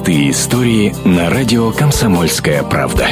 Простые истории на радио «Комсомольская правда».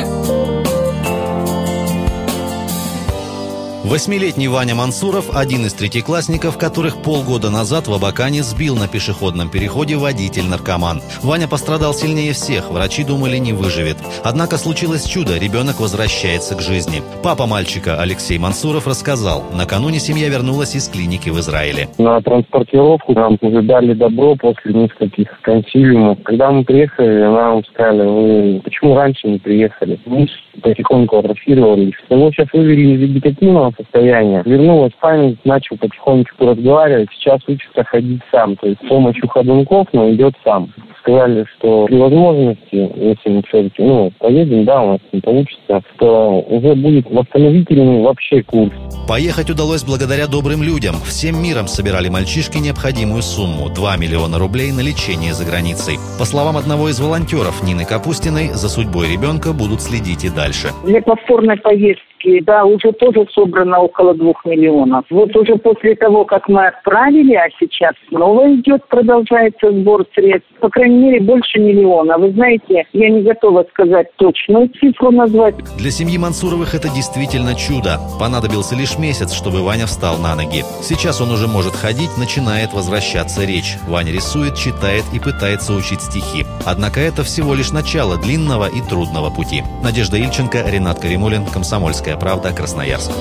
8-летний Ваня Мансуров – один из третьеклассников, которых полгода назад в Абакане сбил на пешеходном переходе водитель-наркоман. Ваня пострадал сильнее всех, врачи думали, не выживет. Однако случилось чудо – ребенок возвращается к жизни. Папа мальчика Алексей Мансуров рассказал, накануне семья вернулась из клиники в Израиле. На транспортировку нам уже дали добро после нескольких консилиумов. Когда мы приехали, нам сказали: вы почему раньше не приехали? Мы потихоньку атрофировались. Его сейчас вывели из вегетативного состояния. Вернулась память, начал потихонечку разговаривать. Сейчас учится ходить сам. То есть с помощью ходунков, но идет сам. Сказали, что при возможности, если мы все-таки поедем, у нас не получится, то уже будет восстановительный вообще курс. Поехать удалось благодаря добрым людям. Всем миром собирали мальчишки необходимую сумму – 2 миллиона рублей на лечение за границей. По словам одного из волонтеров Нины Капустиной, за судьбой ребенка будут следить и дальше. Для повторной поездки, уже тоже собрано около 2 миллионов. Вот уже после того, как мы отправили, а сейчас снова продолжается сбор средств, по крайней мере, больше миллиона. Вы знаете, я не готова сказать точную цифру назвать. Для семьи Мансуровых это действительно чудо. Понадобился лишь месяц, чтобы Ваня встал на ноги. Сейчас он уже может ходить, начинает возвращаться речь. Ваня рисует, читает и пытается учить стихи. Однако это всего лишь начало длинного и трудного пути. Надежда Ильченко, Ренат Каримулин, «Комсомольская правда», Красноярск.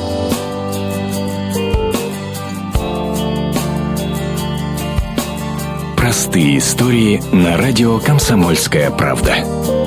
Простые истории на радио «Комсомольская правда».